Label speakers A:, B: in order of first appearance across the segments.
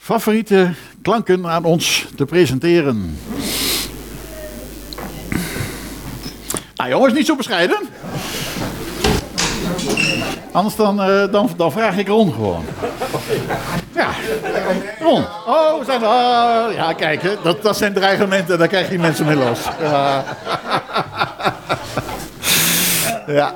A: favoriete klanken aan ons te presenteren. Nou jongens, niet zo bescheiden. Anders dan vraag ik Ron gewoon. Ja, Ron. Oh, zijn we. Ja, kijk, dat zijn dreigementen, daar krijg je mensen mee los. Ja. Ja.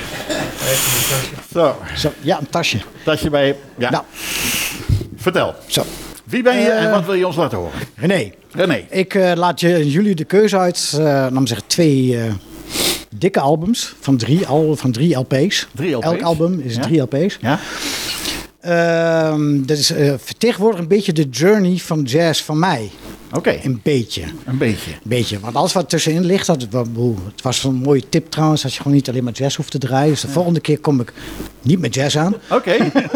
A: Zo.
B: Ja, een tasje.
A: Tasje bij. Ja.
B: Nou.
A: Vertel.
B: Zo.
A: Wie ben je en wat wil je ons laten horen?
B: René. Ik laat jullie de keuze uit. Laat me zeggen 2 dikke albums van 3 LP's.
A: 3 LP's?
B: Elk album is 3 LP's.
A: Ja.
B: Dat is vertegenwoordigt een beetje de journey van jazz van mij.
A: Oké.
B: Een beetje.
A: Een beetje.
B: Want alles wat tussenin ligt, het was een mooie tip trouwens, als je gewoon niet alleen maar jazz hoeft te draaien. Dus de volgende keer kom ik niet met jazz aan.
A: Oké.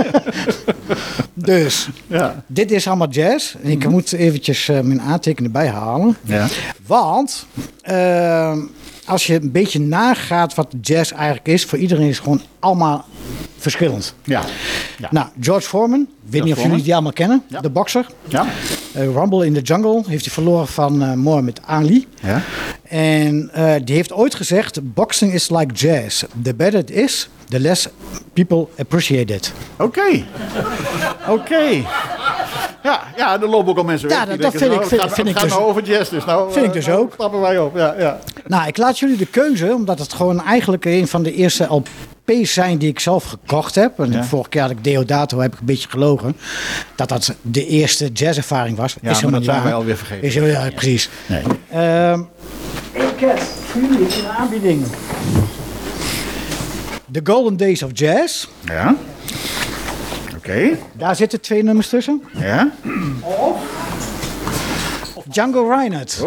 B: Dus, dit is allemaal jazz. En ik moet eventjes mijn aantekeningen bijhalen.
A: Ja.
B: Want, als je een beetje nagaat wat jazz eigenlijk is, voor iedereen is het gewoon allemaal verschillend.
A: Ja.
B: Nou, George Foreman, weet niet of jullie die allemaal kennen, de bokser.
A: Ja.
B: Rumble in the Jungle heeft hij verloren van Muhammad Ali.
A: Ja.
B: En die heeft ooit gezegd, boxing is like jazz. The better it is, the less people appreciate it.
A: Oké. Ja, er lopen ook al mensen weg.
B: Ja,
A: die
B: dat
A: denken,
B: vind ik
A: het
B: dus.
A: gaat nou over jazz dus. Nou,
B: Vind ik dus ook.
A: Stappen wij op, ja.
B: Nou, ik laat jullie de keuze, omdat het gewoon eigenlijk een van de eerste LP's zijn die ik zelf gekocht heb. En vorige keer had ik Deodato, heb ik een beetje gelogen. Dat de eerste jazzervaring was.
A: Ja, maar dat zijn wij alweer vergeten.
B: Ja, precies.
A: Nee.
B: Ik heb voor jullie in aanbieding The Golden Days of Jazz.
A: Ja. Oké.
B: Daar zitten 2 nummers tussen.
A: Ja.
B: Django Reinhardt.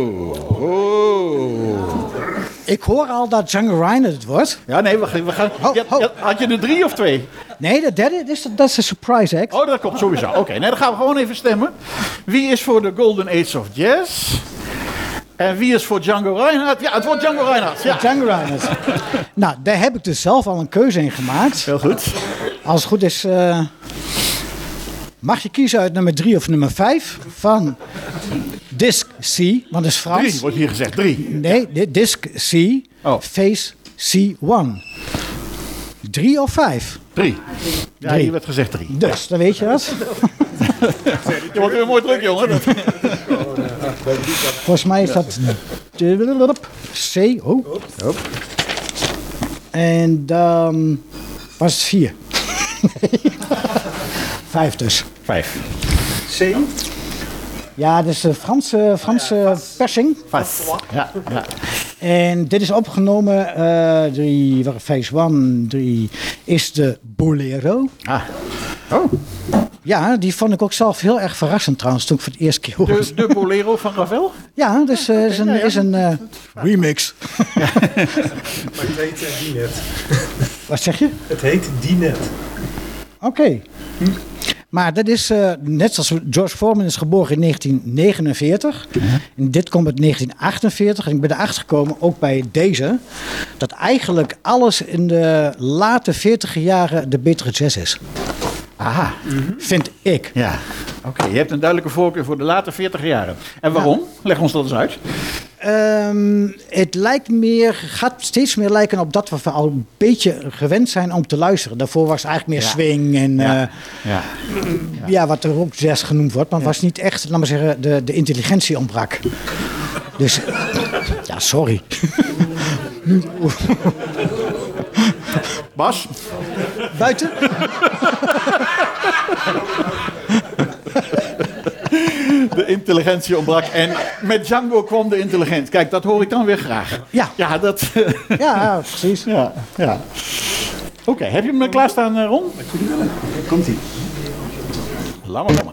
A: Oh.
B: Ik hoor al dat Django Reinhardt het wordt.
A: Ja, nee, we gaan... Had je er 3 of 2?
B: Nee, de derde, dat is een surprise act.
A: Oh, dat komt sowieso. Oké, nee, dan gaan we gewoon even stemmen. Wie is voor de Golden Age of Jazz? En wie is voor Django Reinhardt? Ja, het wordt Django Reinhardt. Ja.
B: Django Reinhardt. Nou, daar heb ik dus zelf al een keuze in gemaakt.
A: Heel goed.
B: Als het goed is, mag je kiezen uit nummer 3 of nummer 5 van Disc C, want het is Frans.
A: 3 wordt hier gezegd, 3.
B: Nee, Disc C, Face C1. 3 of 5?
A: 3. Ja,
B: 3.
A: hier werd gezegd 3.
B: Dus, dan weet je dat.
A: Je wordt weer mooi druk, jongen.
B: Volgens mij is dat C. Oh. En dan was het 4. 5 dus.
A: 5.
C: C?
B: Ja, dat is de Franse persing.
A: 5. Ja.
B: En dit is opgenomen, phase 1, 3 is de Bolero.
A: Oh.
B: Ja, die vond ik ook zelf heel erg verrassend trouwens, toen ik voor het eerste keer hoorde.
A: De Bolero van Ravel?
B: Ja, dus is een remix.
C: Maar het heet die net.
B: Wat zeg je?
C: Het heet die net.
B: Oké. Maar dat is, net zoals George Foreman is geboren in 1949. En dit komt uit 1948. En ik ben erachter gekomen, ook bij deze, dat eigenlijk alles in de late 40 jaren de betere jazz is.
A: Aha.
B: Vind ik.
A: Ja. Oké, je hebt een duidelijke voorkeur voor de late 40 jaren. En waarom? Leg ons dat eens uit.
B: Het gaat steeds meer lijken op dat wat we al een beetje gewend zijn om te luisteren. Daarvoor was het eigenlijk meer swing en wat er ook jazz genoemd wordt. Maar het was niet echt, laat maar zeggen, de intelligentie ontbrak. Dus, ja, sorry.
A: Bas?
B: Buiten?
A: De intelligentie ontbrak en met Django kwam de intelligentie. Kijk, dat hoor ik dan weer graag.
B: Ja,
A: dat...
B: ja, precies.
A: Ja. Oké, heb je hem klaarstaan, Ron?
C: Komt-ie.
A: Laat maar.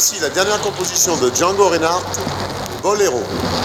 D: Voici la dernière composition de Django Reinhardt, Bolero.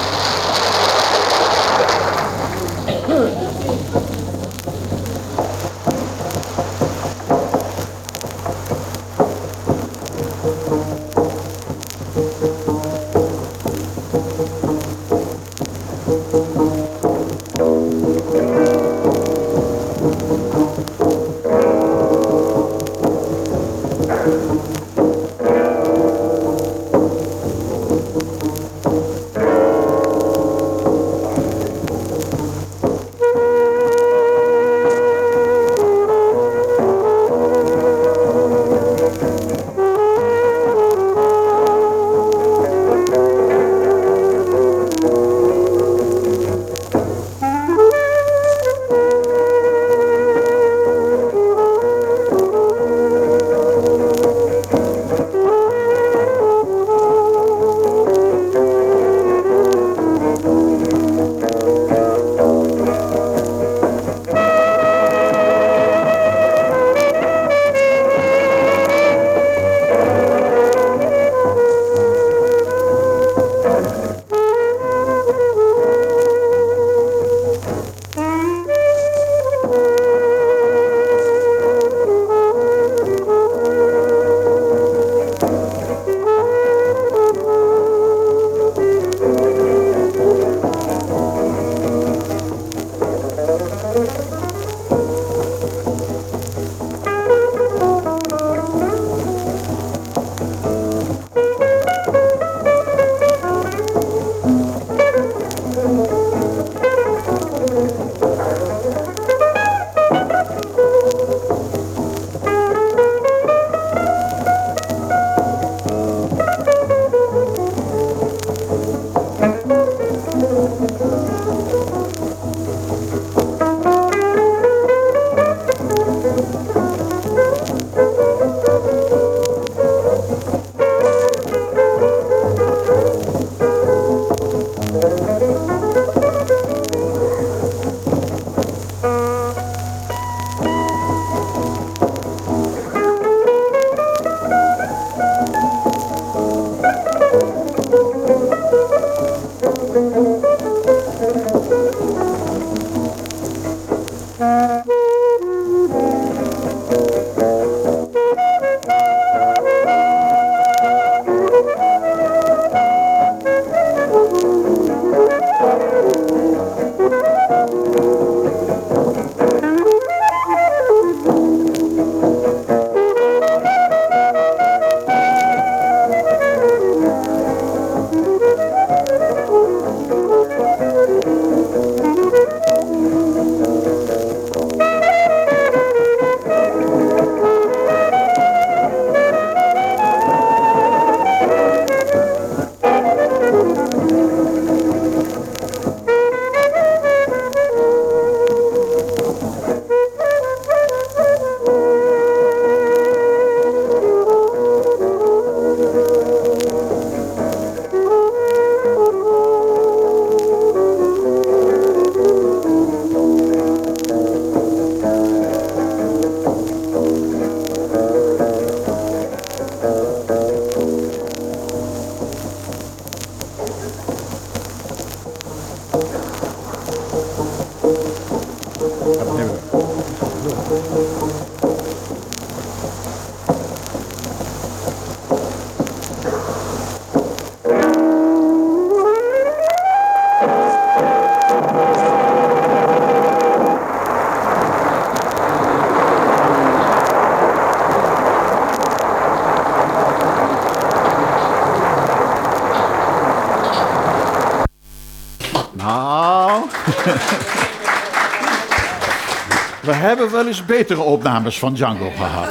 A: We hebben wel eens betere opnames van Django gehad.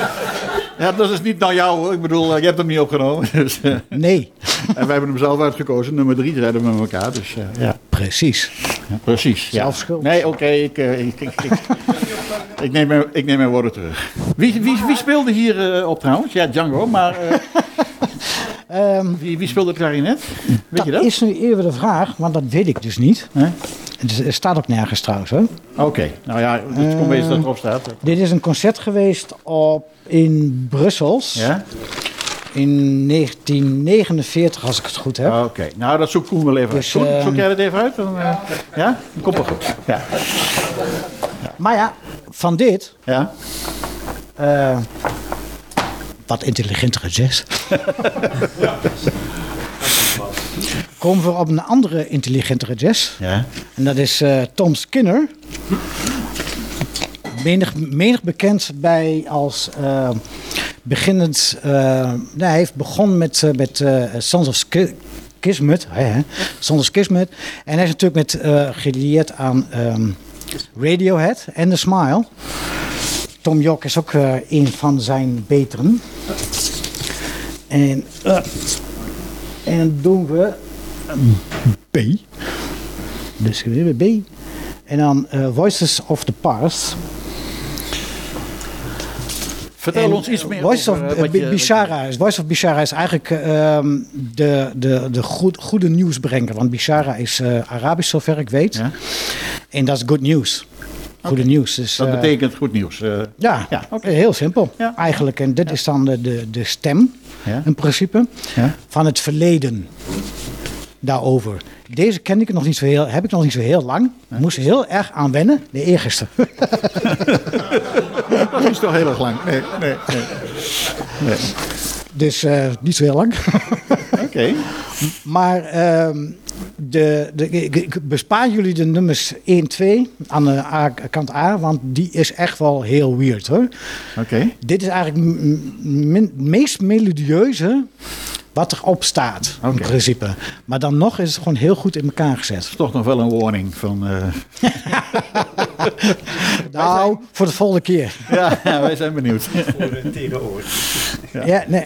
A: Ja, dat is niet nou jou hoor. Ik bedoel, je hebt hem niet opgenomen. Dus,
B: nee.
A: En wij hebben hem zelf uitgekozen. Nummer 3 zeiden we met elkaar. Dus, ja.
B: Precies.
A: Ja, precies. Ja.
B: Zelfschuld.
A: Nee, oké. Ik neem mijn woorden terug. Wie speelde hier op trouwens? Ja, Django. Maar wie speelde het klarinet? Weet je dat?
B: Dat is nu eerder de vraag, want dat weet ik dus niet. Het staat ook nergens trouwens hoor.
A: Oké. Nou ja, het komt wezen dat erop staat.
B: Dit is een concert geweest in Brussels.
A: Ja?
B: In 1949, als ik het goed heb.
A: Oké, nou dat zoekt Koen wel even
B: Dus,
A: uit. Koen, zoek jij dat even uit? Dan, ja? Komt wel goed. Ja.
B: Maar ja, van dit,
A: Ja?
B: wat intelligentere jazz, komen we op een andere intelligentere jazz.
A: Ja.
B: En dat is Tom Skinner. Menig bekend bij als beginnend... hij heeft begonnen met Sons of Kismet. Sons of Kismet. En hij is natuurlijk gelieerd aan Radiohead en The Smile. Tom York is ook een van zijn beteren. En dan doen we B. Dus weer B. En dan Voices of the Past.
A: Vertel ons iets meer
B: Voice
A: over
B: of
A: wat je...
B: Bishara. Voice of Bishara is eigenlijk de goede nieuwsbrenger. Want Bishara is Arabisch, zover ik weet.
A: Ja?
B: En dat is good news. Goede nieuws. Dus,
A: Dat betekent goed nieuws.
B: Ja,
A: oké.
B: heel simpel
A: Ja.
B: eigenlijk. En dit is dan de stem, in principe, van het verleden daarover. Deze kende ik nog niet zo heel, heb ik nog niet zo heel lang. Ik moest er heel erg aan wennen, de eergisteren.
A: Dat is toch heel erg lang. Nee.
B: Dus niet zo heel lang.
A: Oké.
B: Maar ik bespaar jullie de nummers 1, 2 aan de kant A, want die is echt wel heel weird hoor.
A: Oké.
B: Dit is eigenlijk het meest melodieuze wat erop staat, in principe. Maar dan nog is het gewoon heel goed in elkaar gezet.
A: is toch nog wel een warning van...
B: Nou, voor de volgende keer.
A: Ja, wij zijn benieuwd.
C: Voor de tere oor.
B: Ja, nee.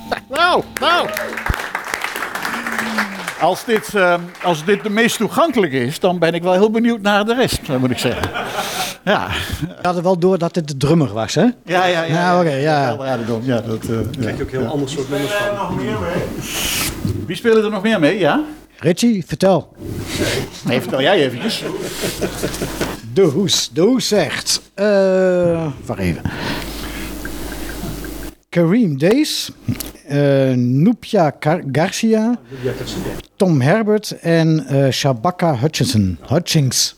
A: Nou. Als dit de meest toegankelijke is, dan ben ik wel heel benieuwd naar de rest, moet ik zeggen. Ja.
B: We hadden wel door dat het de drummer was, hè?
A: Ja.
B: Nou, oké, ja.
C: Daar krijg je ook heel ander soort nummers van.
A: Wie spelen er nog meer mee, ja?
B: Richie, vertel.
A: Nee, vertel jij eventjes.
B: De Hoes zegt... wacht even. Kareem Days, Nupia Garcia, Tom Herbert en Shabaka Hutchings.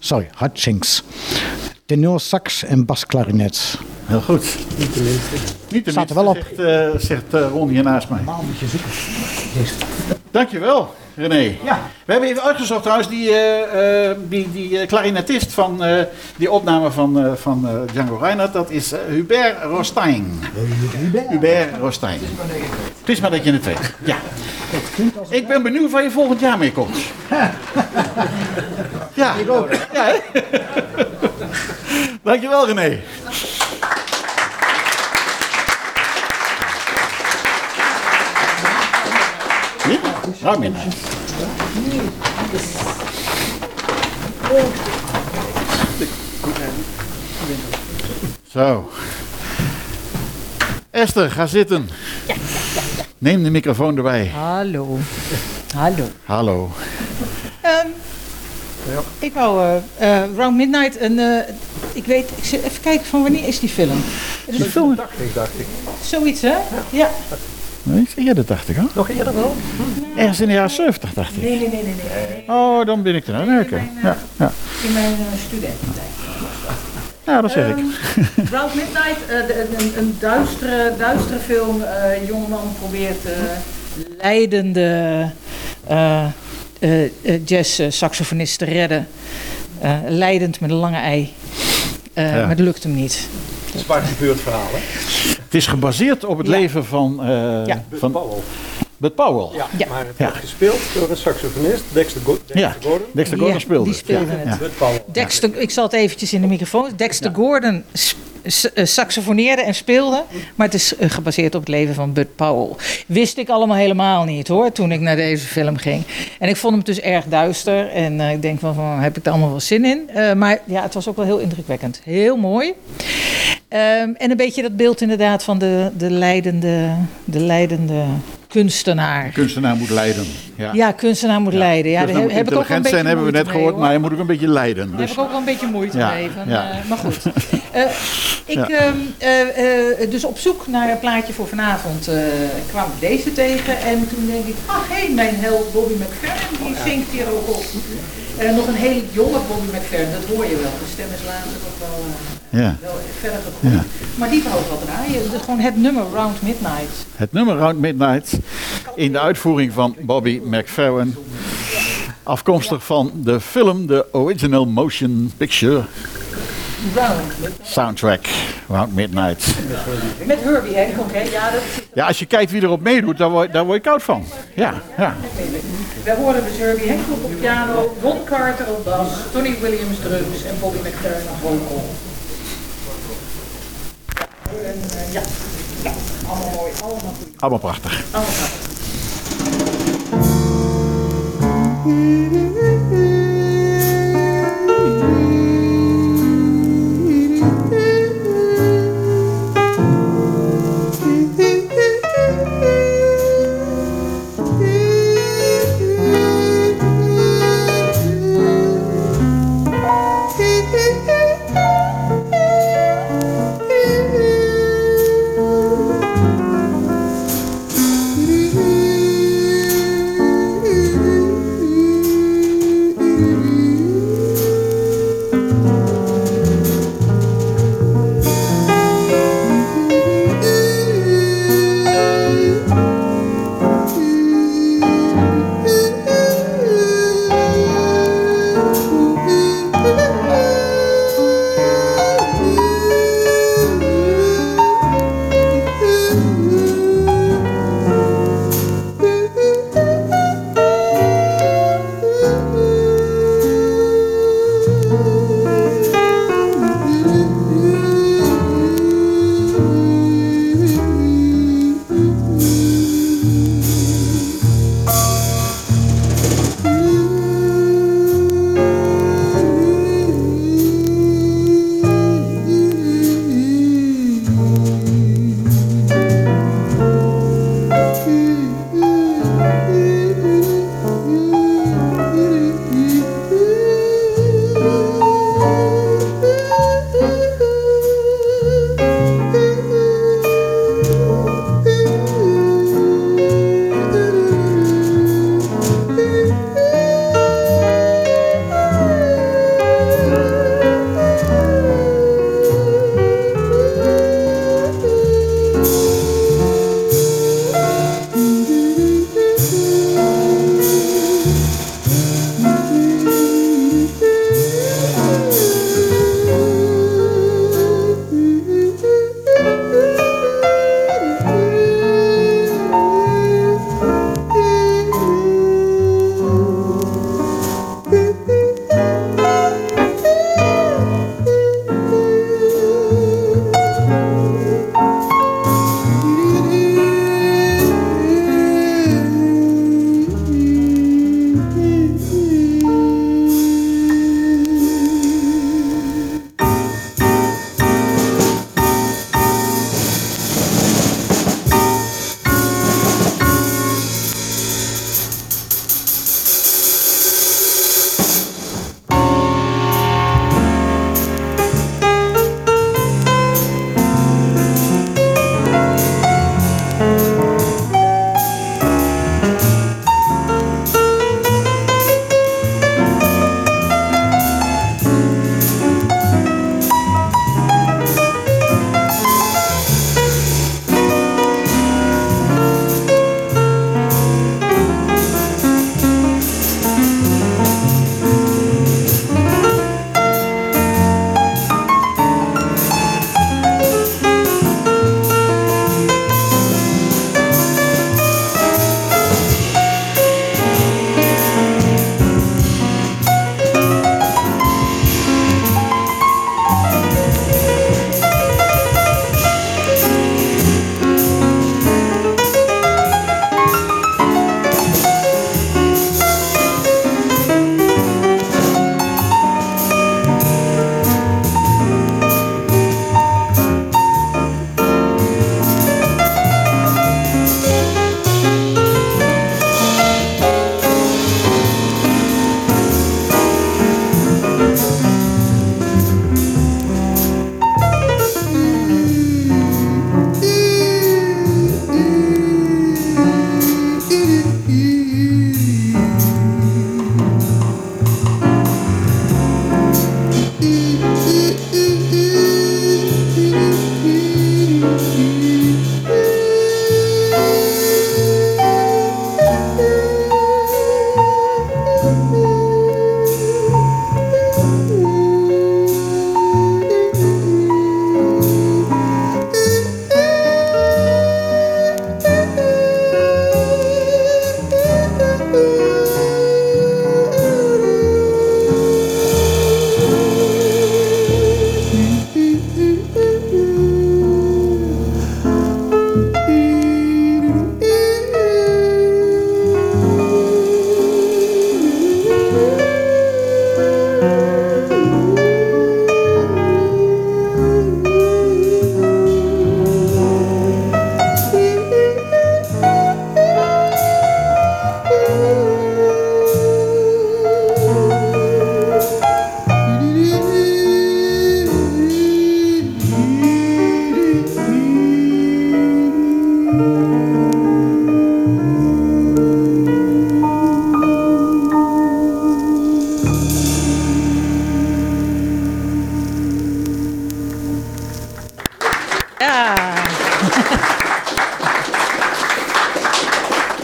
B: Tenor sax en basklarinet.
A: Heel goed. Niet te
B: Staat er wel op.
A: Zegt Ron hier naast mij.
B: Nou, moet je zoeken.
A: Dankjewel, René.
B: Ja.
A: We hebben even uitgezocht trouwens, die klarinetist van die opname van Django Reinhardt, dat is Hubert Rostaing. Hubert Rostaing. Het is maar dat je het weet. Ja. Ik ben benieuwd waar je volgend jaar mee komt. Ja. Ik ook. Ja, hè? Dankjewel, René. Ruim in. Zo. Esther, ga zitten. Neem de microfoon erbij.
E: Hallo.
A: Hallo.
E: Ik wou Round Midnight ik zit even kijken van wanneer is die film?
A: Die film?
C: Dacht ik.
E: Zoiets, hè? Ja.
A: Nee, eerder dacht ik, hoor.
C: Nog eerder wel?
A: Ergens in de jaren 70, dacht ik.
E: Nee.
A: Oh, dan ben ik er. Nou, oké. Ja.
E: In mijn studententijd.
A: Ja, dat zeg ik.
E: Round Midnight, een duistere film. Een jongeman probeert leidende jazz-saxofonist te redden. Leidend met een lange ei. Maar dat lukt hem niet.
C: Het is waar gebeurd verhaal, hè?
A: Het is gebaseerd op het leven van
C: Powell.
A: Bud Powell.
C: Ja, maar het wordt gespeeld door een saxofonist, Dexter Gordon.
A: Dexter Gordon speelde
E: die
A: het.
E: speelde
A: Ja.
E: het.
C: Bud Powell.
E: Dexter, ik zal het eventjes in de microfoon. Dexter Gordon saxofoneerde en speelde, maar het is gebaseerd op het leven van Bud Powell. Wist ik allemaal helemaal niet, hoor, toen ik naar deze film ging. En ik vond hem dus erg duister en ik denk van heb ik er allemaal wel zin in? Maar ja, het was ook wel heel indrukwekkend. Heel mooi. En een beetje dat beeld inderdaad van de leidende kunstenaar.
A: Kunstenaar moet leiden.
E: Ja, kunstenaar moet leiden. Ja,
A: Dus
E: daar
A: dan moet
E: heb ik ook wel een
A: intelligent
E: beetje
A: zijn, hebben we net
E: moeite
A: gehoord,
E: mee,
A: maar
E: hoor.
A: je moet ook een beetje leiden.
E: Daar
A: Dus.
E: heb ik ook wel een beetje moeite
A: Ja,
E: mee.
A: ja.
E: Maar goed. Dus op zoek naar een plaatje voor vanavond kwam ik deze tegen. En toen denk ik, mijn held Bobby McFerrin, die zingt hier ook op. Nog een hele jonge Bobby McFerrin, dat hoor je wel. De stem is later ook wel verder gegroeid.
A: Ja.
E: Maar die wou ik wel draaien. Dus gewoon het nummer Round Midnight.
A: Het nummer Round Midnight in de uitvoering van Bobby McFerrin. Afkomstig van de film, de Original Motion Picture
E: Round Midnight.
A: soundtrack, Round Midnight.
E: Met Herbie Hancock, hè?
A: Ja, als je kijkt wie erop meedoet, daar word je koud van. Ja.
E: We horen dus Herbie Hancock op piano, Ron Carter op bas, Tony Williams drums en Bobby McFerrin op vocal. En allemaal mooi, allemaal goed.
A: Allemaal prachtig.
E: Allemaal prachtig.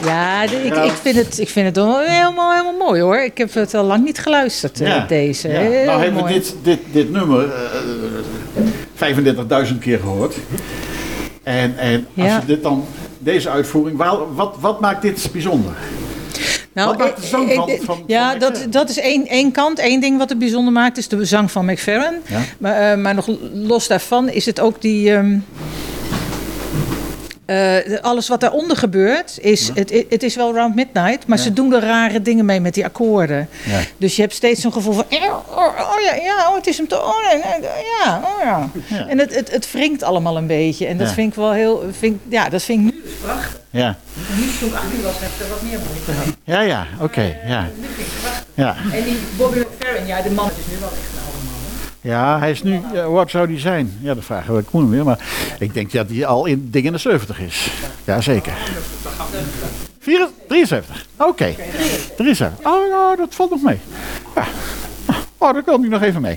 E: Ik vind het wel helemaal mooi hoor. Ik heb het al lang niet geluisterd, deze.
A: Ja. Nou hebben we dit nummer 35.000 keer gehoord. En als je deze uitvoering, wat maakt dit bijzonder?
E: Nou,
A: wat maakt de zang van
E: dat is één kant. Eén ding wat het bijzonder maakt is de zang van McFerrin. Ja. Maar nog los daarvan is het ook die... alles wat daaronder gebeurt, het is wel Round Midnight, maar ze doen er rare dingen mee met die akkoorden. Ja. Dus je hebt steeds zo'n gevoel van, het is hem toch, ja. En het wringt allemaal een beetje. En dat vind ik wel dat vind ik nu prachtig. Ja. Nu toen ik 18 was, heb ik er wat meer moeite gehad.
A: Ja, oké. Ja.
E: Nu vind ik prachtig. Ja. En die Bobby McFerrin, de man is nu wel echt een oude man.
A: Ja, hij is nu, hoe oud zou die zijn? Ja, dat vragen we Koen weer, maar ik denk dat hij al in 70 is. Ja, zeker. 73? Oké. 73. Oh, dat valt nog mee. Ja. Oh, daar kan hij nog even mee.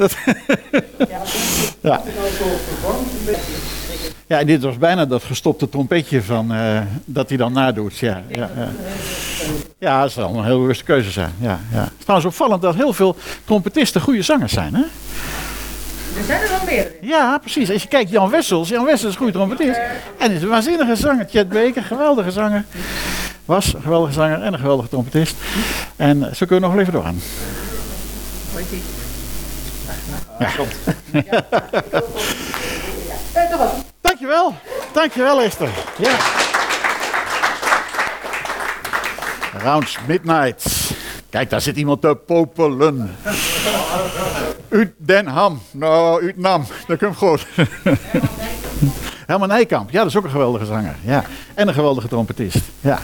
A: Ja. Ja, en dit was bijna dat gestopte trompetje van dat hij dan nadoet. Ja, dat zal een heel bewuste keuze zijn. Ja. Het is trouwens opvallend dat heel veel trompetisten goede zangers zijn, hè?
E: Er zijn er wel meer.
A: Ja, precies. Als je kijkt, Jan Wessels is een goede trompetist. En is een waanzinnige zanger. Chet Baker, geweldige zanger. Was een geweldige zanger en een geweldige trompetist. En zo kunnen we nog wel even doorgaan. Ja. Dankjewel Esther. Ja. Round Midnight. Kijk, daar zit iemand te popelen. Uit Den Ham. Nou, uit Nam. Dat komt goed. Herman Nijkamp. Ja, dat is ook een geweldige zanger. Ja. En een geweldige trompetist. Ja.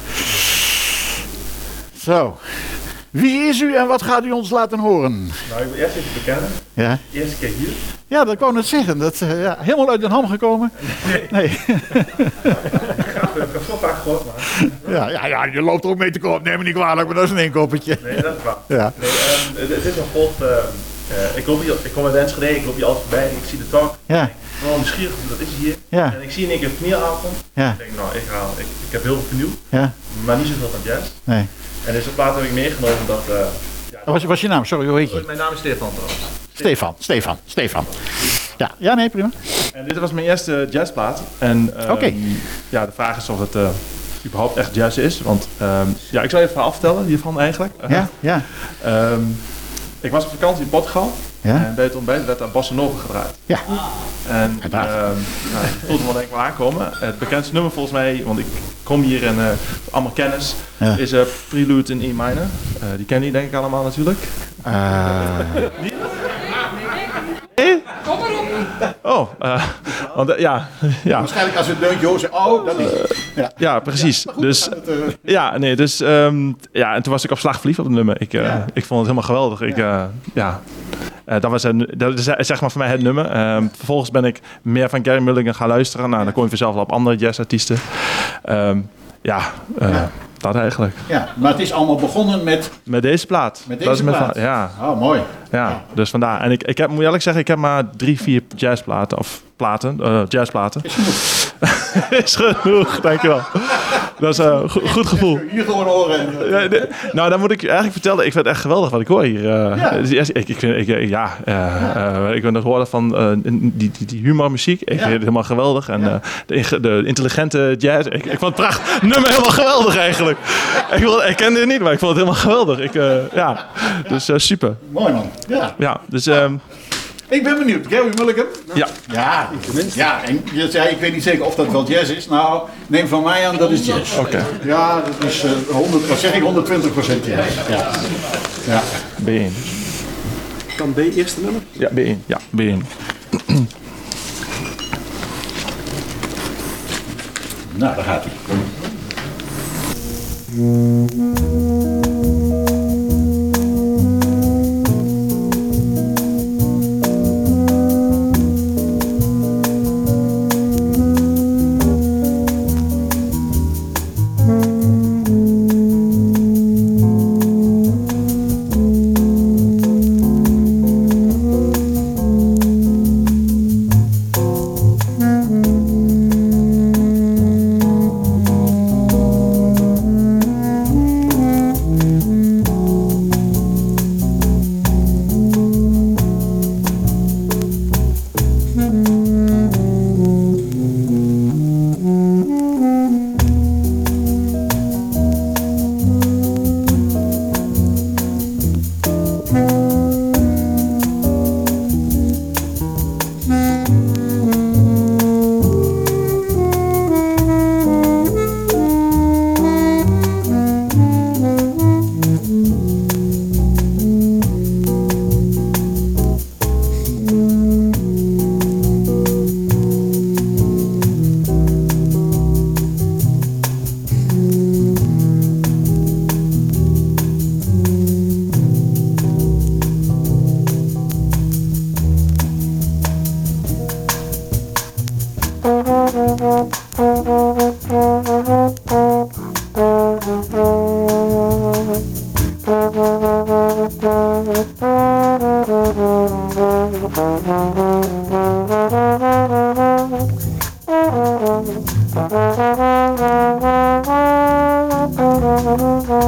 A: Zo. Wie is u en wat gaat u ons laten horen?
F: Nou, ik wil eerst even bekennen. Ja? De eerste keer hier.
A: Ja, dat wou ik net zeggen. Dat, helemaal uit Den Ham gekomen. Nee.
F: Ik heb het zo vaak gehoord, maar...
A: Ja, je loopt er ook mee te koop. Neem me niet kwalijk, maar dat is een inkoppertje.
F: Nee, dat is waar. Ja. Nee, het is een volgt... ik kom uit Enschede, ik loop hier altijd voorbij en ik zie de talk. Ja. Ik ben wel nieuwsgierig hoe dat is hier. Ja. En ik zie in één keer vinylavond. Ja. Ik denk, nou, ik heb heel veel vinyl. Ja. Maar niet zoveel van jazz. Nee. En deze plaat heb ik meegenomen dat...
A: Wat was je naam? Sorry, hoe heet je?
F: Mijn naam is Stefan trouwens. Stefan.
A: Ja, nee, prima.
F: En dit was mijn eerste jazzplaat. En ja, de vraag is of het überhaupt echt jazz is. Want ik zal even een verhaal vertellen hiervan eigenlijk.
A: Ja.
F: Ik was op vakantie in Portugal. Ja? En bij het ontbijt werd daar Bossa Nova gedraaid. Ja. En ik voelde me denk ik wel aankomen. Het bekendste nummer volgens mij, want ik kom hier en allemaal kennis, is Prelude in E minor. Die kennen jullie denk ik allemaal natuurlijk. Nee? Kom maar op. Want
A: waarschijnlijk als we het deuntje horen, dat is.
F: Ja, precies. Ja, dus en toen was ik op slag verliefd op het nummer. Ik vond het helemaal geweldig. Dat is zeg maar voor mij het nummer. Vervolgens ben ik meer van Gary Mulligan gaan luisteren. Nou, dan kom je vanzelf wel op andere jazzartiesten. Dat eigenlijk.
A: Ja, maar het is allemaal begonnen met
F: deze plaat.
A: Met deze plaat?
F: Ja.
A: Oh, mooi.
F: Ja, dus vandaar. En ik moet eerlijk zeggen, ik heb maar 3-4 jazzplaten. Jazzplaten.
A: Is genoeg.
F: Is genoeg, dankjewel. Dat is een goed gevoel.
A: Hier gewoon horen.
F: Nou, dan moet ik eigenlijk vertellen, ik vind het echt geweldig wat ik hoor hier. Ik ben het horen van die humormuziek. Ik vind het helemaal geweldig. En de intelligente jazz. Ik vond het prachtig. Nummer helemaal geweldig eigenlijk. Ik kende het niet, maar ik vond het helemaal geweldig. Dus super.
A: Mooi man.
F: Ja, dus...
A: Ik ben benieuwd. Gary Mulligan?
F: Ja.
A: Ja, en je zei, ik weet niet zeker of dat wel jazz is. Nou, neem van mij aan, dat is jazz.
F: Oké.
A: Ja, dat is 120% jazz. Ja.
F: B1.
C: Kan B eerste nummer?
F: Ja, B1. Ja, B1.
A: Nou, daar gaat hij.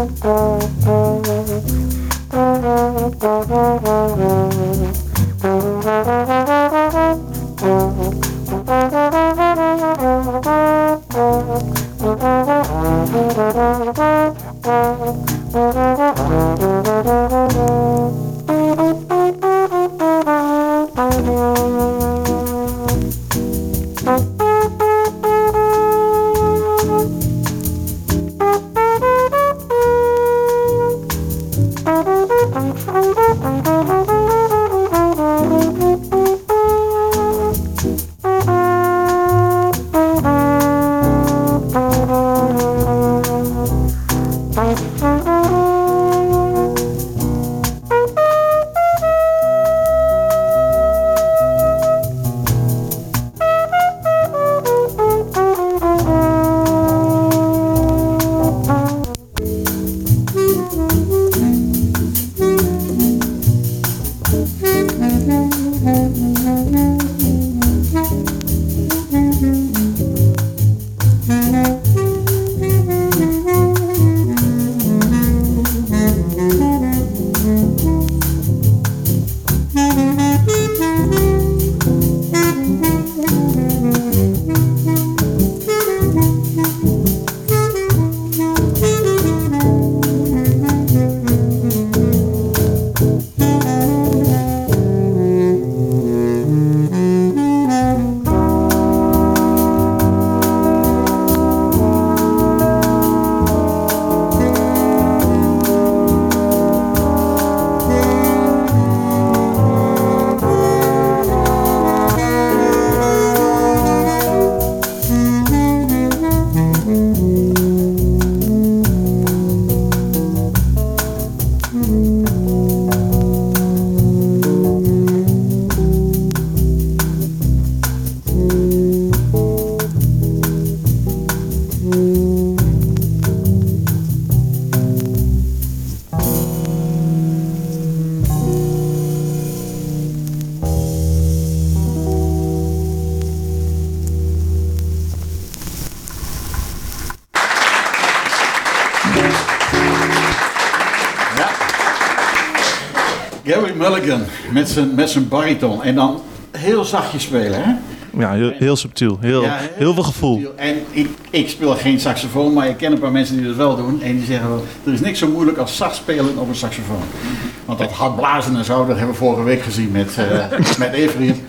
A: Gary Mulligan met zijn bariton. En dan heel zachtjes spelen, hè?
F: Ja, heel subtiel. Heel veel gevoel.
A: Subtiel. En ik speel geen saxofoon, maar ik ken een paar mensen die dat wel doen. En die zeggen, er is niks zo moeilijk als zacht spelen op een saxofoon. Want dat hard blazen en zo, dat hebben we vorige week gezien met Efriem.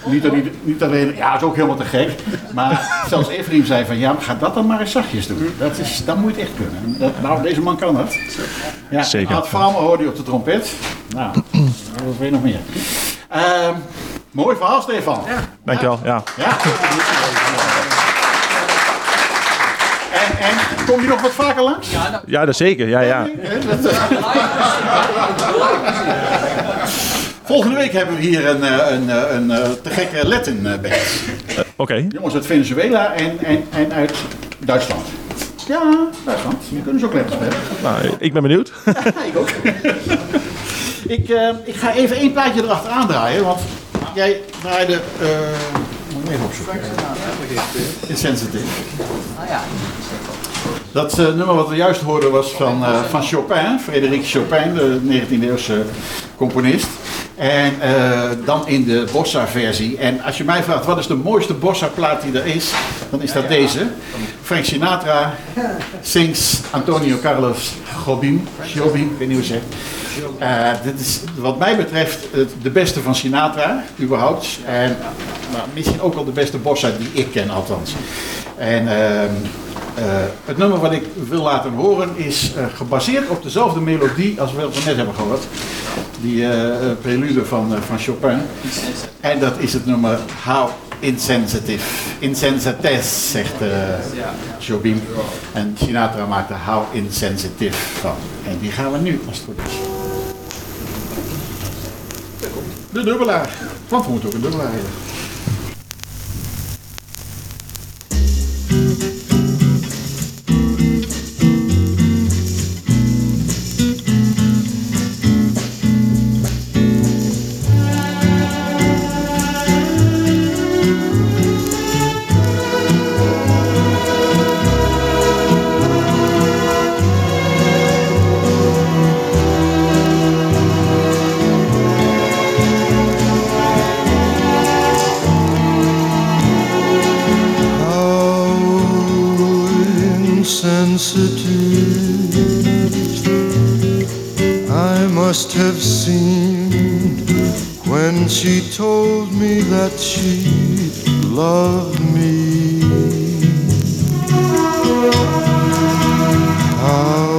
A: Niet alleen, ja, dat is ook helemaal te gek. Maar zelfs Efriem zei van, ja, ga dat dan maar eens zachtjes doen. Dat moet je echt kunnen. Nou, deze man kan dat. Ja,
F: zeker.
A: Art Farmer hoorde je op de trompet. Nou, wat weet je nog meer? Mooi verhaal, Stefan. Ja.
F: Dankjewel. Ja.
A: En kom je nog wat vaker langs?
F: Ja, dat zeker. Ja.
A: Volgende week hebben we hier een te gekke Latin band.
F: Oké.
A: Jongens uit Venezuela en uit Duitsland. Ja, Duitsland. Die kunnen ze ook lekker spelen.
F: Nou, ik ben benieuwd.
A: Ja, ik ook. Ik ga even één plaatje erachteraan draaien, want jij draaide... moet ik even opzoeken. Insensitive. Dat nummer wat we juist hoorden was van Chopin, Frédéric Chopin, de 19e-eeuwse componist. En dan in de bossa-versie. En als je mij vraagt wat is de mooiste bossa-plaat die er is, dan is dat deze. Frank Sinatra sings Antonio Carlos Jobim, ik weet niet hoe je zegt. Dit is wat mij betreft de beste van Sinatra, überhaupt. En misschien ook wel de beste bossa die ik ken, althans. En het nummer wat ik wil laten horen is gebaseerd op dezelfde melodie als we net hebben gehoord. Die prelude van Chopin. En dat is het nummer How Insensitive. Insensites, zegt Jobim. En Sinatra maakt er How Insensitive van. En die gaan we nu, als het goed is. De dubbelaar. Want we moeten ook een dubbelaar hebben.
G: sensitive. I must have seen when she told me that she loved me. How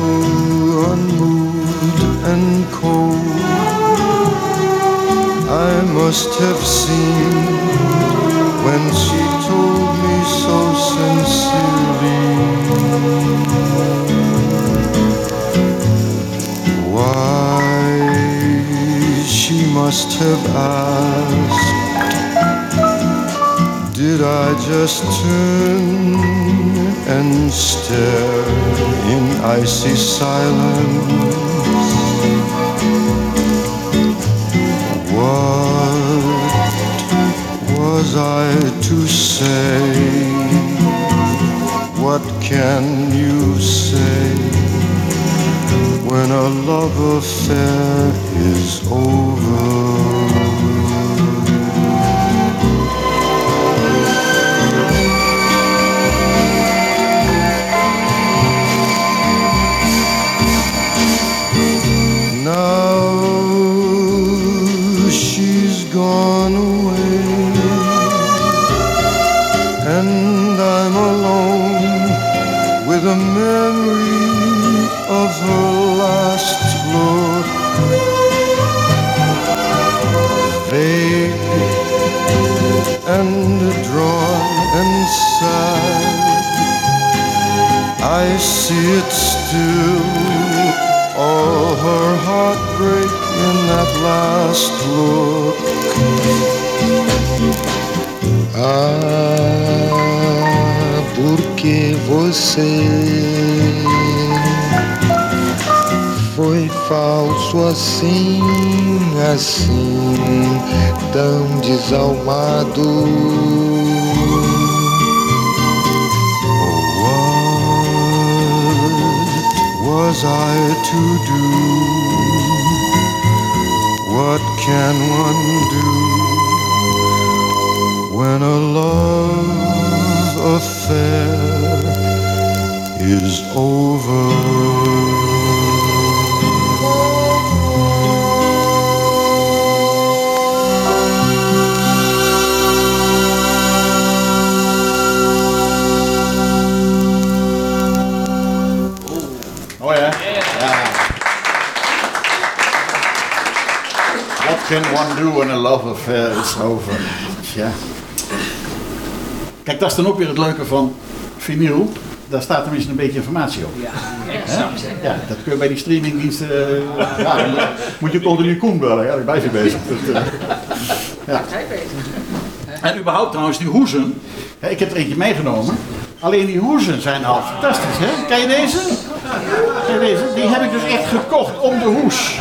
G: unmoved and cold I must have seemed when she told me so sincerely. Why she must have asked, did I just turn and stare in icy silence? What was I to say? What can you say when a love affair is over? Gone away, and I'm alone with a memory of her last look. Vague and drawn and sad, I see it still, all her heartbreak in that last look. Ah, porque você foi falso assim, assim, tão desalmado. What was I to do? What can one do when a love affair is over?
A: Oh ja. What can one do when a love affair is over? Ja. Kijk, dat is dan ook weer het leuke van vinyl. Daar staat tenminste een beetje informatie op.
H: Ja, exact.
A: Ja, dat kun je bij die streamingdiensten... moet je continu Koen bellen, ja, ik ben bezig. Ja. En überhaupt trouwens, die hoezen. Ik heb er eentje meegenomen. Alleen die hoezen zijn al fantastisch, hè? Ken je deze? Ken je deze? Die heb ik dus echt gekocht om de hoes.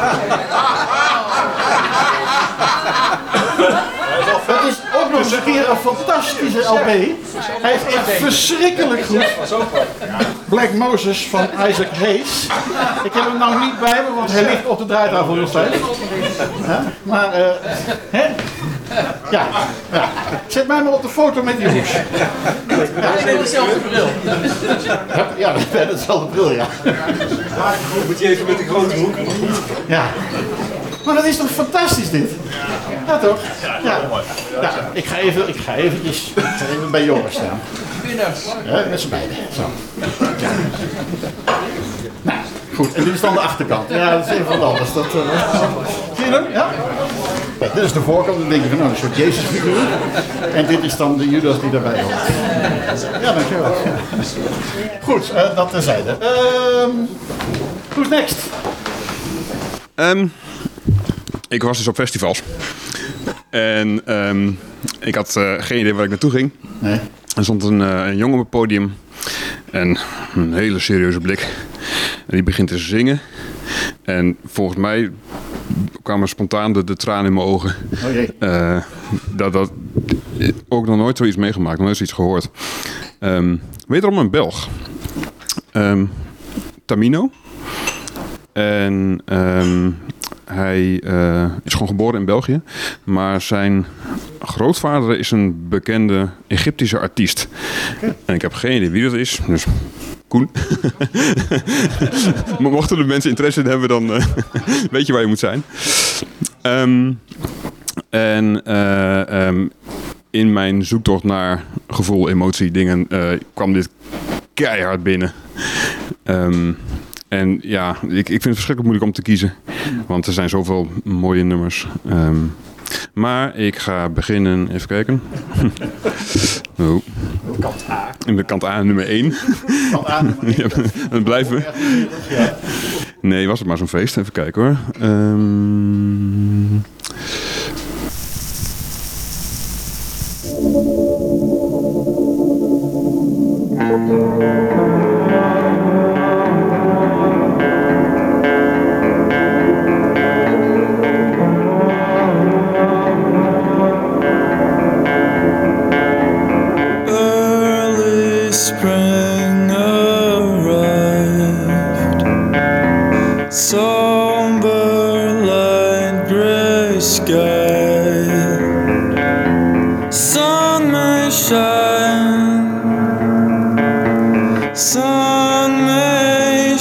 A: Het is ook nog eens een keer een fantastische LP. Hij is echt verschrikkelijk goed. Black Moses van Isaac Hayes. Ik heb hem nou niet bij me, want hij ligt op de draaitafel nog steeds. Ja, maar, hè? Ja, ja. Zet mij maar op de foto met die hoes.
H: Ja, ik heb dezelfde bril.
A: Ja, we hebben hetzelfde bril, ja.
C: Moet je even met de grote hoek.
A: Ja. Maar dat is toch fantastisch dit? Ja toch? Ja. Ja. Ik ga eventjes bij Joris staan. Ja, met z'n beiden. Zo. Ja. Nou, goed. En dit is dan de achterkant. Ja, dat is even wat anders. Dat, zie je hem? Ja? Ja, dit is de voorkant. Dan denk je van nou, een soort Jezus-figuur. En dit is dan de Judas die daarbij hoort. Ja, dankjewel. Goed, dat terzijde. Who's next?
I: Ik was dus op festivals. En ik had geen idee waar ik naartoe ging.
A: Nee.
I: Er stond een jongen op het podium. En een hele serieuze blik. En die begint te zingen. En volgens mij kwamen spontaan de tranen in mijn ogen.
A: Oh jee.
I: Dat ook nog nooit zoiets meegemaakt. Nog nooit zoiets gehoord. Wederom een Belg. Tamino. En hij is gewoon geboren in België. Maar zijn grootvader is een bekende Egyptische artiest. Okay. En ik heb geen idee wie dat is. Dus Koen. Maar mochten er mensen interesse in hebben, dan weet je waar je moet zijn. In mijn zoektocht naar gevoel, emotie, dingen, kwam dit keihard binnen. En ja, ik vind het verschrikkelijk moeilijk om te kiezen. Want er zijn zoveel mooie nummers. Maar ik ga beginnen, even kijken.
C: Kant A.
I: In de kant A, nummer 1.
A: Kant A, nummer 1.
I: Dan blijven we. Nee, was het maar zo'n feest. Even kijken hoor.
G: Early spring arrived, somber light gray sky, sun may shine, sun may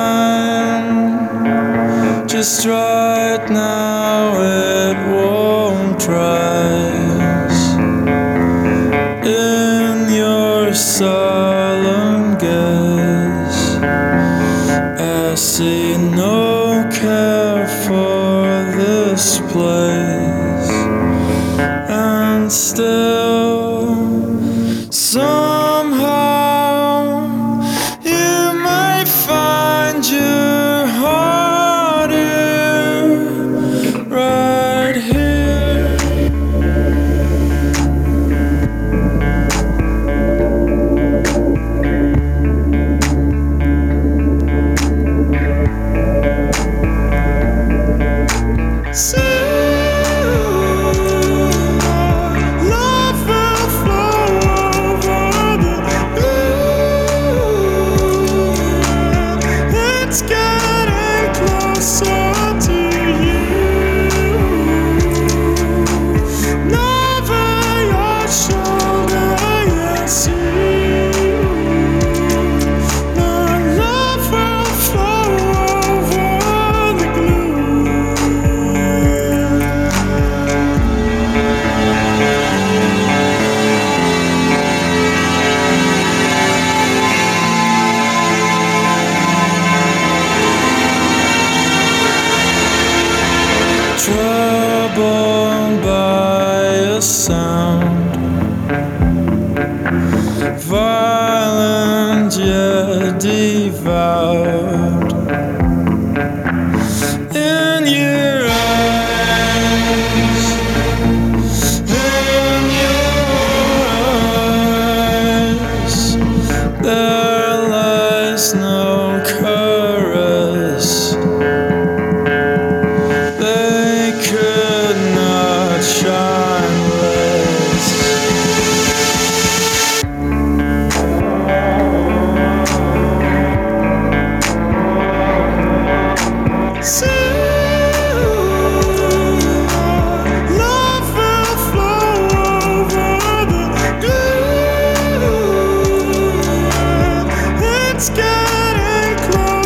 G: shine, just right now it won't rise. In your solemn gaze, I see no care for this place, and still somehow you might find your heart here, right here. Love will flow over the blue. It's getting closer to you. Over your shoulder, yes, you. My love will flow over the glue. Troubled by a sound, violent yet devout. In your eyes, in your eyes, there lies no caress. They could not shine less. Love will flow over the glue. It's getting close.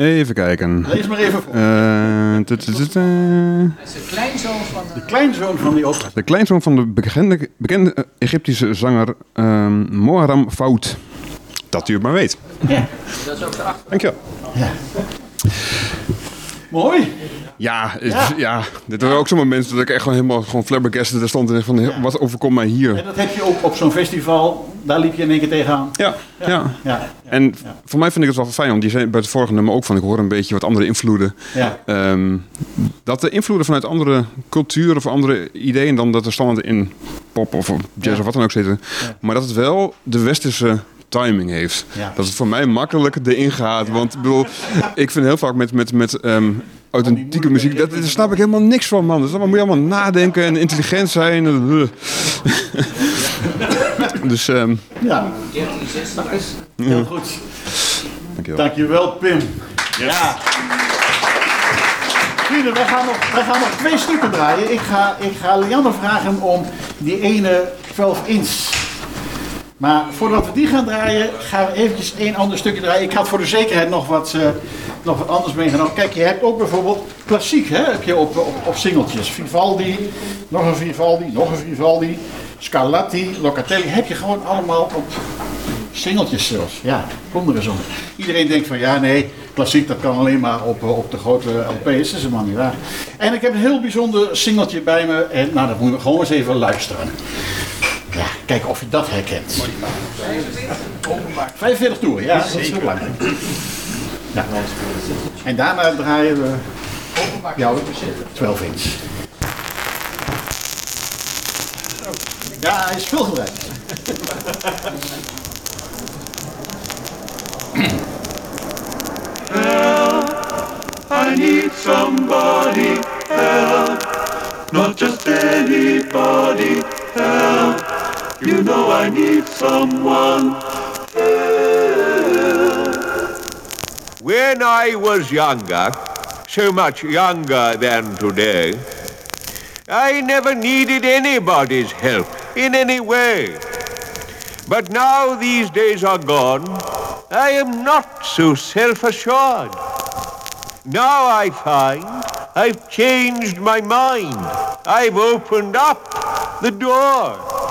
I: Even kijken.
A: Lees maar even voor.
E: Hij is de kleinzoon van
A: de kleinzoon van die opdracht.
I: De kleinzoon van de bekende Egyptische zanger Moharam Fout. Dat u het maar weet.
A: Ja.
E: Dat is ook de achter.
I: Dankjewel.
A: Ja. Mooi.
I: Ja, dit waren ook zo'n moment dat ik echt gewoon helemaal flabbergasted er stond en van wat overkomt mij hier.
A: En dat heb je ook op zo'n festival, daar liep je in één keer tegenaan.
I: Ja. En voor mij vind ik het wel fijn, want je zei bij het vorige nummer ook van ik hoor een beetje wat andere invloeden.
A: Ja.
I: Dat de invloeden vanuit andere culturen of andere ideeën dan dat er standaard in pop of jazz of wat dan ook zitten. Ja. Maar dat het wel de westerse timing heeft. Ja. Dat het voor mij makkelijk erin gaat. Want ik bedoel, ik vind heel vaak met authentieke muziek, daar snap ik helemaal niks van, man. Dus dan moet je allemaal nadenken en intelligent zijn. Dus,
A: ja. Heel goed. Dankjewel, Pim. Yes. Ja. Vrienden, wij gaan nog 2 stukken draaien. Ik ga Lianne vragen om die ene 12-inch. Maar voordat we die gaan draaien, gaan we eventjes 1 ander stukje draaien. Ik had voor de zekerheid nog wat anders meegenomen. Kijk, je hebt ook bijvoorbeeld klassiek, hè? Heb je op singeltjes. Vivaldi, nog een Vivaldi, Scarlatti, Locatelli. Heb je gewoon allemaal op singeltjes zelfs. Ja, kom er eens om. Iedereen denkt van ja, nee, klassiek dat kan alleen maar op de grote LP's. Dat is helemaal niet waar. En ik heb een heel bijzonder singeltje bij me. En nou, dat moeten we gewoon eens even luisteren. Ja, kijken of je dat herkent. 45 toeren, ja, dat is heel belangrijk. Ja. En daarna draaien we jouw 12-inch. Ja, hij is veel gebruikt.
G: Help, I need somebody, help. Not just anybody, help. You know I need someone, help.
J: When I was younger, so much younger than today, I never needed anybody's help in any way. But now these days are gone, I am not so self-assured. Now I find I've changed my mind. I've opened up the door.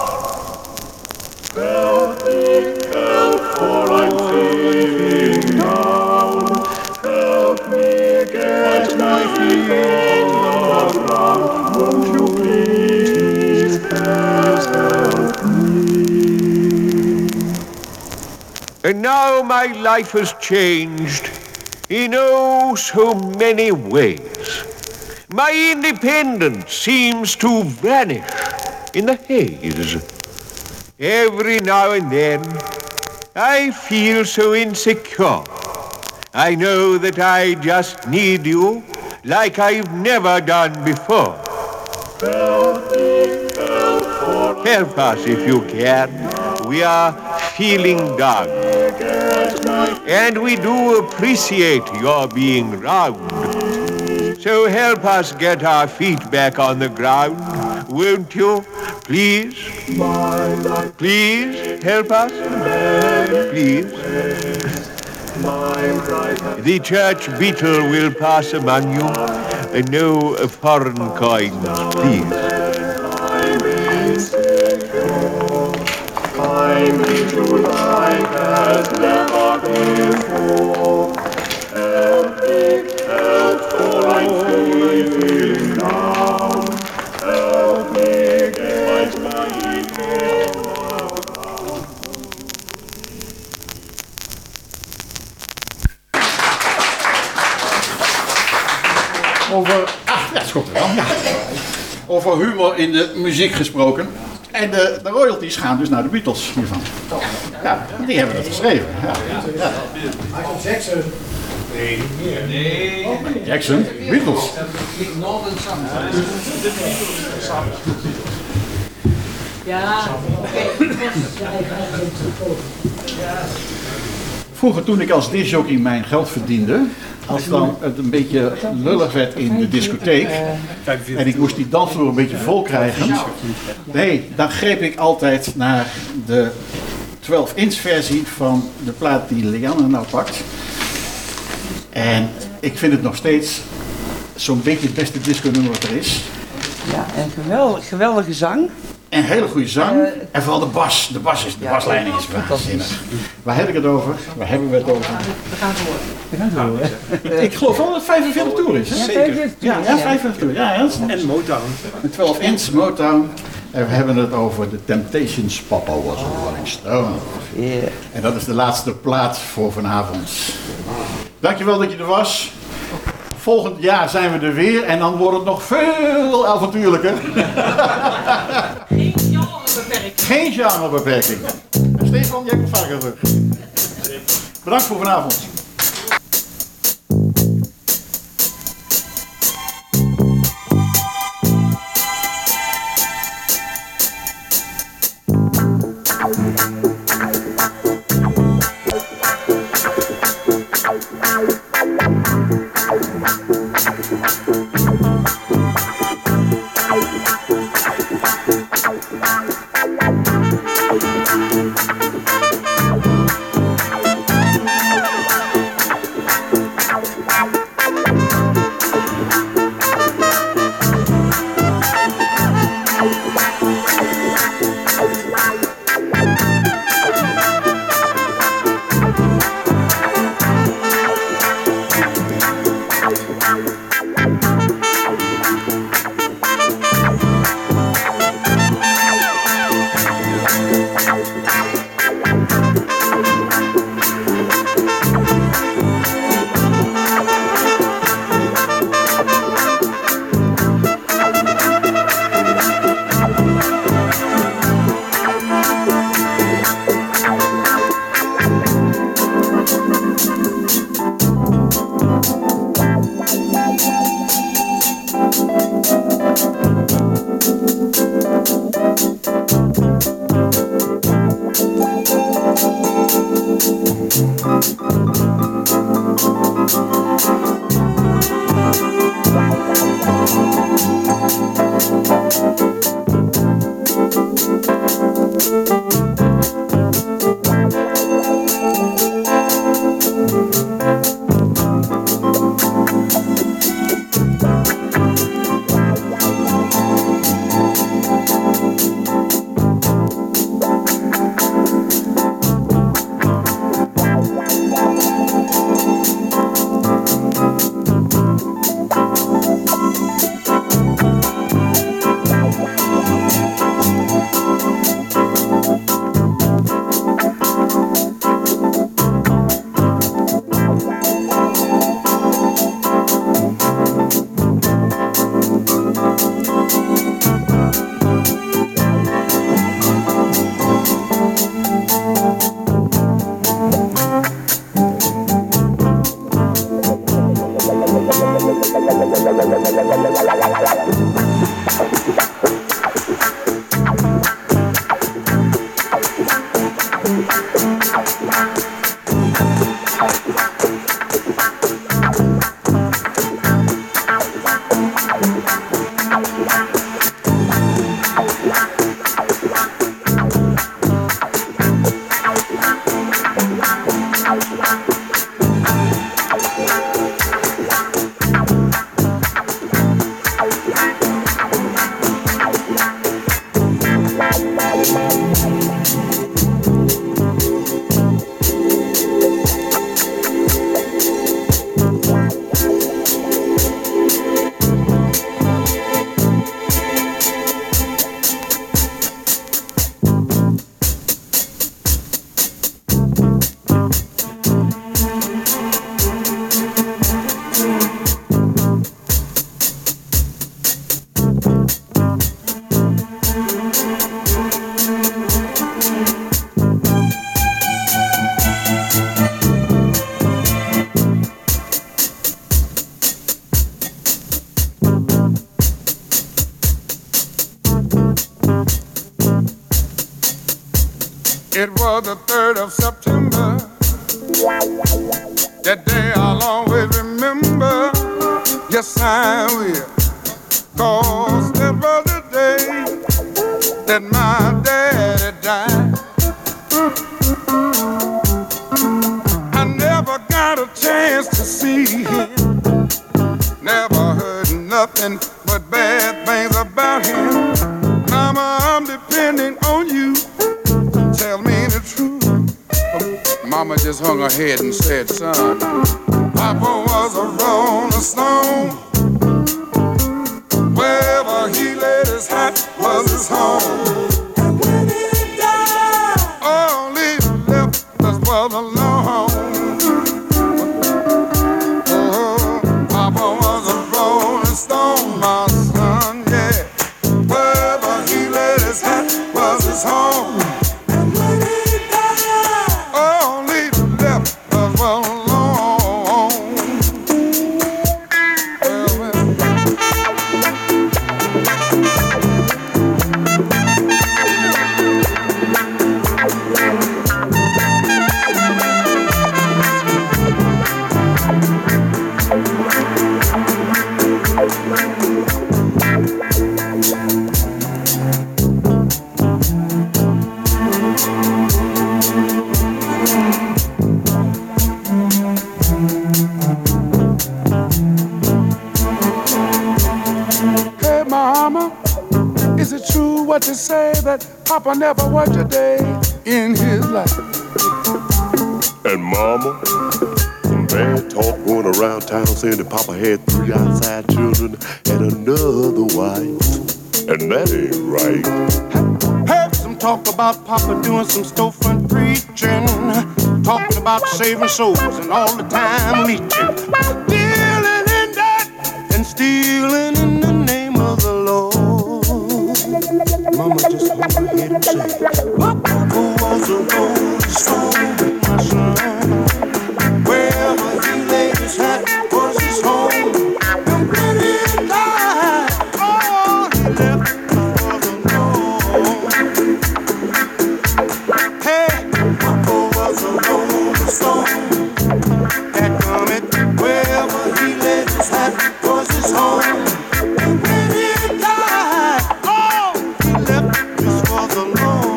G: Help me, help, for I'm feeling down. Help me get my feet on the ground. Won't you please help me?
J: And now my life has changed in oh so many ways. My independence seems to vanish in the haze. Every now and then, I feel so insecure. I know that I just need you like I've never done before.
G: Help me, help,
J: help us if you can. We are feeling down. And we do appreciate your being round. So help us get our feet back on the ground, won't you? Please? Please help us? Please? The church beetle will pass among you, and no foreign coins, please.
G: I need you like as never before. Help me, help, for I'm feeling down. Help me get my feet
A: Over humor in de muziek gesproken. En de royalties gaan dus naar de Beatles hiervan. Ja, die hebben dat geschreven. Ja.
B: Michael Jackson.
A: Nee. Jackson? Beatles.
E: Ja,
A: Vroeger toen ik als discjockey mijn geld verdiende, als dan het een beetje lullig werd in de discotheek en ik moest die dansvloer een beetje vol krijgen, nee, dan greep ik altijd naar de 12-inch versie van de plaat die Lianne nou pakt. En ik vind het nog steeds zo'n beetje het beste disco-nummer wat er is.
K: Ja, en geweldige zang.
A: En hele goede zang. En vooral de bas. De basleiding is waanzinnig. Waar heb ik het over? Waar hebben we het over?
E: We gaan het horen.
A: Ik geloof wel dat het 45 toer is. Hè?
C: Zeker.
A: Ja, 45 toer. Ja, ja.
C: En Motown.
A: Een 12-inch Motown. En we hebben het over The Temptations, Papa Was a Rolling Stone.
K: Yeah.
A: En dat is de laatste plaat voor vanavond. Dankjewel dat je er was. Volgend jaar zijn we er weer en dan wordt het nog veel avontuurlijker. Geen genrebeperking. En Stefan, jij komt vaker terug. Bedankt voor vanavond.
L: It was the 3rd of September. That day I'll always remember. Yes, I will. 'Cause that was the day that my daddy died. I never got got a chance to see him. Never heard nothing but bad things about him. Mama, I'm depending on you. Tell me the truth. Mama just hung her head and said, son, Papa was a rolling stone. Wherever he laid his hat was his home. And when he died, all he left us was alone. Oh, Papa was a rolling stone, my son, yeah. Wherever he laid his hat was his home. And when he died, all he left us was alone. Hey, Mama, is it true what they say that Papa never worked a day in his life?
M: And Mama, some bad talk going around town saying that Papa had 3 outside children and another wife. And that ain't right.
L: Heard some talk about Papa doing some storefront preaching, talking about saving souls and all the time leeching, dealing in that and stealing in the name of the Lord. Mama just hung her head and said, Papa was a rolling stone, my son. Wherever he laid his hat was his home. And when he died, all he left was alone. Hey, Papa was a rolling stone. That comment, wherever he laid his hat was his home. And when he died, all he left was alone.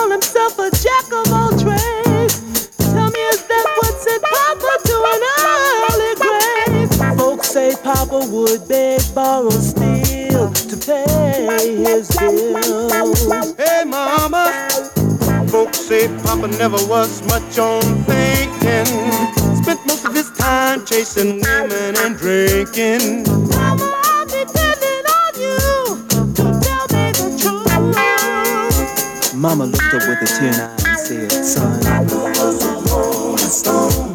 N: call himself a jack of all trades. Tell me, is that what sent Papa to an early grave? Folks say Papa would beg, borrow, steal to pay his bills.
L: Hey, Mama, folks say Papa never was much on thinking. Spent most of his time chasing women and drinking.
N: Mama, I'm depending on you to tell me the truth.
O: Mama looked up with a tear in her eye and said, son, I was a rolling stone.